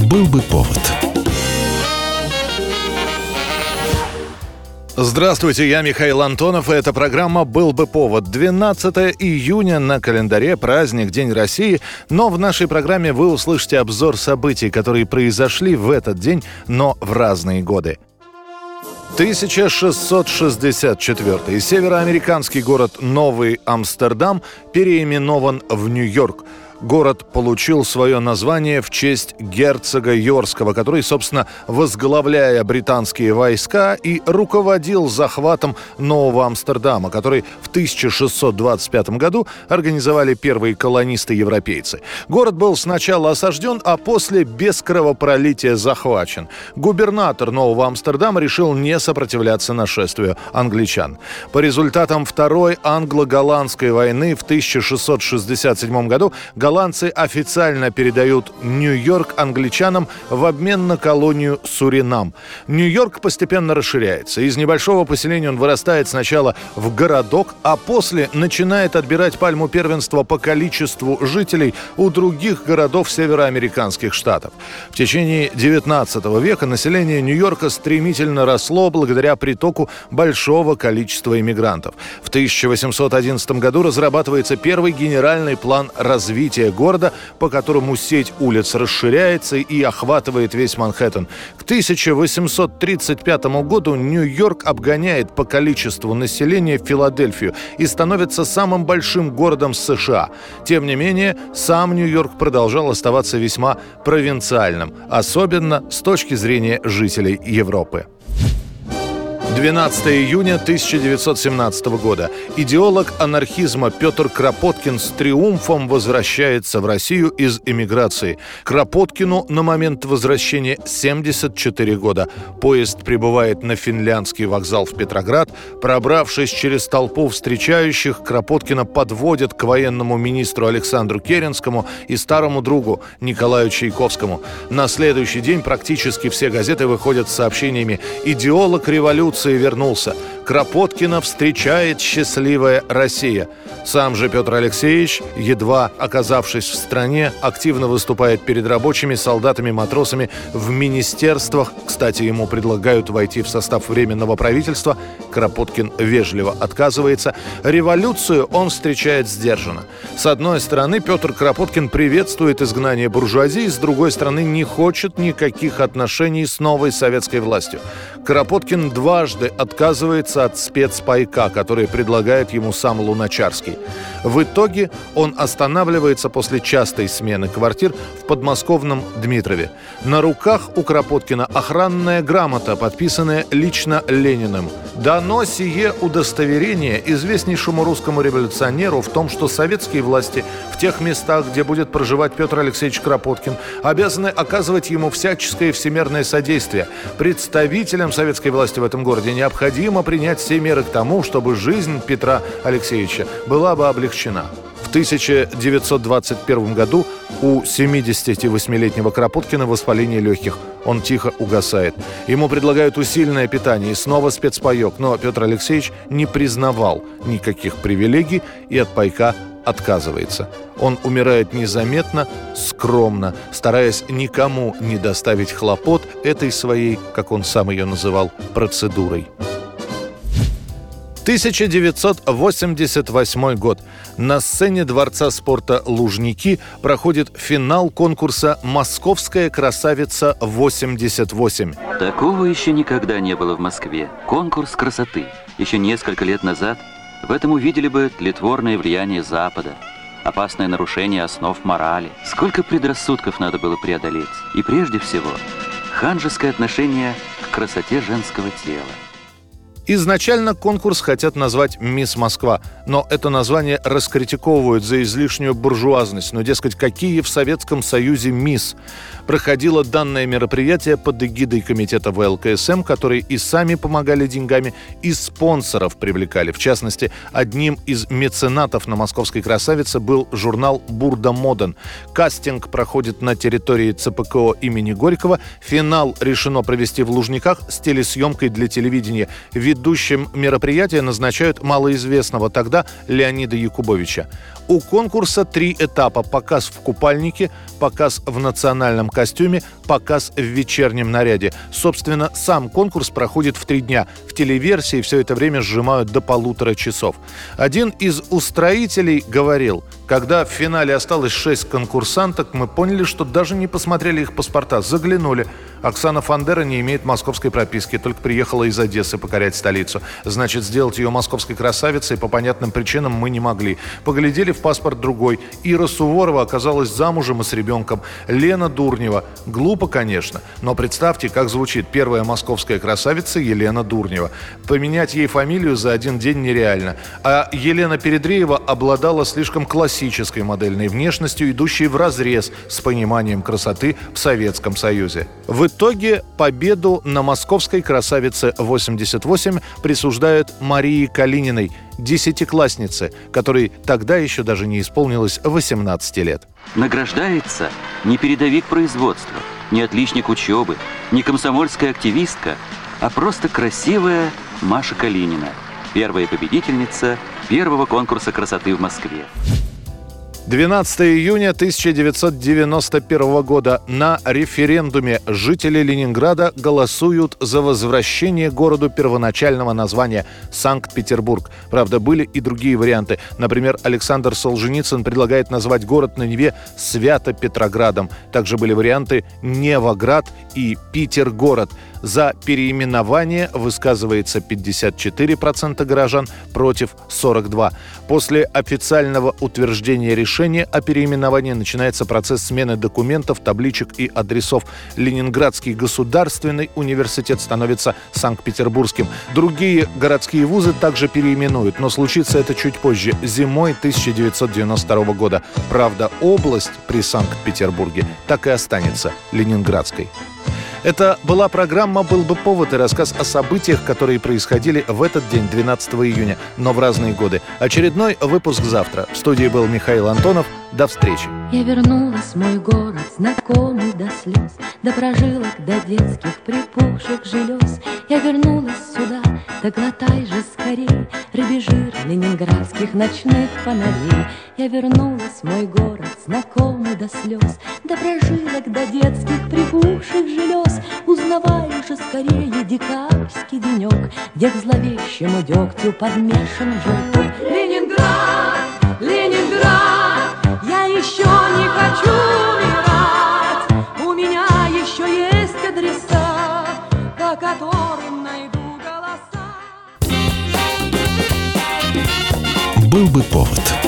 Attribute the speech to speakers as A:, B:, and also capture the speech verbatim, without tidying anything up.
A: Был бы повод.
B: Здравствуйте, я Михаил Антонов, и эта программа «Был бы повод». двенадцатое июня на календаре, праздник, День России. Но в нашей программе вы услышите обзор событий, которые произошли в этот день, но в разные годы. тысяча шестьсот шестьдесят четвёртый. Североамериканский город Новый Амстердам переименован в Нью-Йорк. Город получил свое название в честь герцога Йоркского, который, собственно, возглавляя британские войска и руководил захватом Нового Амстердама, который в тысяча шестьсот двадцать пятом году организовали первые колонисты-европейцы. Город был сначала осажден, а после без кровопролития захвачен. Губернатор Нового Амстердама решил не сопротивляться нашествию англичан. По результатам Второй англо-голландской войны в тысяча шестьсот шестьдесят седьмом году голландцы официально передают Нью-Йорк англичанам в обмен на колонию Суринам. Нью-Йорк постепенно расширяется. Из небольшого поселения он вырастает сначала в городок, а после начинает отбирать пальму первенства по количеству жителей у других городов североамериканских штатов. В течение девятнадцатого века население Нью-Йорка стремительно росло благодаря притоку большого количества иммигрантов. В тысяча восемьсот одиннадцатом году разрабатывается первый генеральный план развития города, по которому сеть улиц расширяется и охватывает весь Манхэттен. К тысяча восемьсот тридцать пятому году Нью-Йорк обгоняет по количеству населения Филадельфию и становится самым большим городом США. Тем не менее, сам Нью-Йорк продолжал оставаться весьма провинциальным, особенно с точки зрения жителей Европы. двенадцатое июня тысяча девятьсот семнадцатого года. Идеолог анархизма Петр Кропоткин с триумфом возвращается в Россию из эмиграции. Кропоткину на момент возвращения семьдесят четыре года. Поезд прибывает на финляндский вокзал в Петроград. Пробравшись через толпу встречающих, Кропоткина подводят к военному министру Александру Керенскому и старому другу Николаю Чайковскому. На следующий день практически все газеты выходят с сообщениями: «Идеолог революции вернулся. Кропоткина встречает счастливая Россия». Сам же Петр Алексеевич, едва оказавшись в стране, активно выступает перед рабочими, солдатами, матросами в министерствах. Кстати, ему предлагают войти в состав Временного правительства. Кропоткин вежливо отказывается. Революцию он встречает сдержанно. С одной стороны, Петр Кропоткин приветствует изгнание буржуазии, с другой стороны, не хочет никаких отношений с новой советской властью. Кропоткин дважды отказывается от спецпайка, который предлагает ему сам Луначарский. В итоге он останавливается после частой смены квартир в подмосковном Дмитрове. На руках у Кропоткина охранная грамота, подписанная лично Лениным. Дано сие удостоверение известнейшему русскому революционеру в том, что советские власти в тех местах, где будет проживать Петр Алексеевич Кропоткин, обязаны оказывать ему всяческое всемирное содействие. Представителям советской власти в этом городе необходимо принять все меры к тому, чтобы жизнь Петра Алексеевича была бы облегчена. В тысяча девятьсот двадцать первом году у семидесятивосьмилетнего Кропоткина воспаление легких. Он тихо угасает. Ему предлагают усиленное питание и снова спецпаек, но Петр Алексеевич не признавал никаких привилегий и от пайка отказывается. Он умирает незаметно, скромно, стараясь никому не доставить хлопот этой своей, как он сам ее называл, процедурой. тысяча девятьсот восемьдесят восьмой год. На сцене Дворца спорта «Лужники» проходит финал конкурса «Московская красавица-восемьдесят восемь».
C: Такого еще никогда не было в Москве. Конкурс красоты. Еще несколько лет назад в этом увидели бы тлетворное влияние Запада, опасное нарушение основ морали. Сколько предрассудков надо было преодолеть. И прежде всего, ханжеское отношение к красоте женского тела.
B: Изначально конкурс хотят назвать «Мисс Москва», но это название раскритиковывают за излишнюю буржуазность. Но, дескать, какие в Советском Союзе «Мисс»? Проходило данное мероприятие под эгидой комитета вэ эл ка эс эм, которые и сами помогали деньгами, и спонсоров привлекали. В частности, одним из меценатов на «Московской красавице» был журнал «Бурда Моден». Кастинг проходит на территории цэ пэ ка о имени Горького. Финал решено провести в Лужниках с телесъемкой для телевидения. Ведущий Ведущим мероприятия назначают малоизвестного тогда Леонида Якубовича. У конкурса три этапа: показ в купальнике, показ в национальном костюме, показ в вечернем наряде. Собственно, сам конкурс проходит в три дня. В телеверсии все это время сжимают до полутора часов. Один из устроителей говорил: когда в финале осталось шесть конкурсанток, мы поняли, что даже не посмотрели их паспорта. Заглянули. Оксана Фандера не имеет московской прописки, только приехала из Одессы покорять столицу. Значит, сделать ее московской красавицей по понятным причинам мы не могли. Поглядели в паспорт другой. Ира Суворова оказалась замужем и с ребенком. Лена Дурнева. Глупо, конечно, но представьте, как звучит: первая московская красавица Елена Дурнева. Поменять ей фамилию за один день нереально. А Елена Передреева обладала слишком классической модельной внешностью, идущей вразрез с пониманием красоты в Советском Союзе. В итоге победу на московской красавице восемьдесят восемь присуждают Марии Калининой, десятикласснице, которой тогда еще даже не исполнилось восемнадцати лет.
C: Награждается не передовик производства, не отличник учебы, не комсомольская активистка, а просто красивая Маша Калинина, первая победительница первого конкурса красоты в Москве.
B: двенадцатого июня тысяча девятьсот девяносто первого года на референдуме жители Ленинграда голосуют за возвращение городу первоначального названия Санкт-Петербург. Правда, были и другие варианты. Например, Александр Солженицын предлагает назвать город на Неве Свято-Петроградом. Также были варианты Невоград и Питер-город. За переименование высказывается пятьдесят четыре процента горожан против сорок два процента. После официального утверждения решения о переименовании начинается процесс смены документов, табличек и адресов. Ленинградский государственный университет становится Санкт-Петербургским. Другие городские вузы также переименуют, но случится это чуть позже, зимой тысяча девятьсот девяносто второго года. Правда, область при Санкт-Петербурге так и останется Ленинградской. Это была программа «Был бы повод» и рассказ о событиях, которые происходили в этот день, двенадцатого июня, но в разные годы. Очередной выпуск завтра. В студии был Михаил Антонов. До встречи.
A: Я вернулась в мой город, знакомый до слез, до прожилок, до детских припухших желез. Я вернулась сюда, да глотай же скорей рыбий жир ленинградских ночных фонарей. Я вернулась в мой город, знакомый до слез, до прожилок, до детских припухших желез. Узнавай же скорее декабрьский денек, где к зловещему дегтю подмешан желток. Ленинград, Ленинград, я еще не хочу умирать. У меня еще есть адреса, по которым найду голоса.
D: Был бы повод.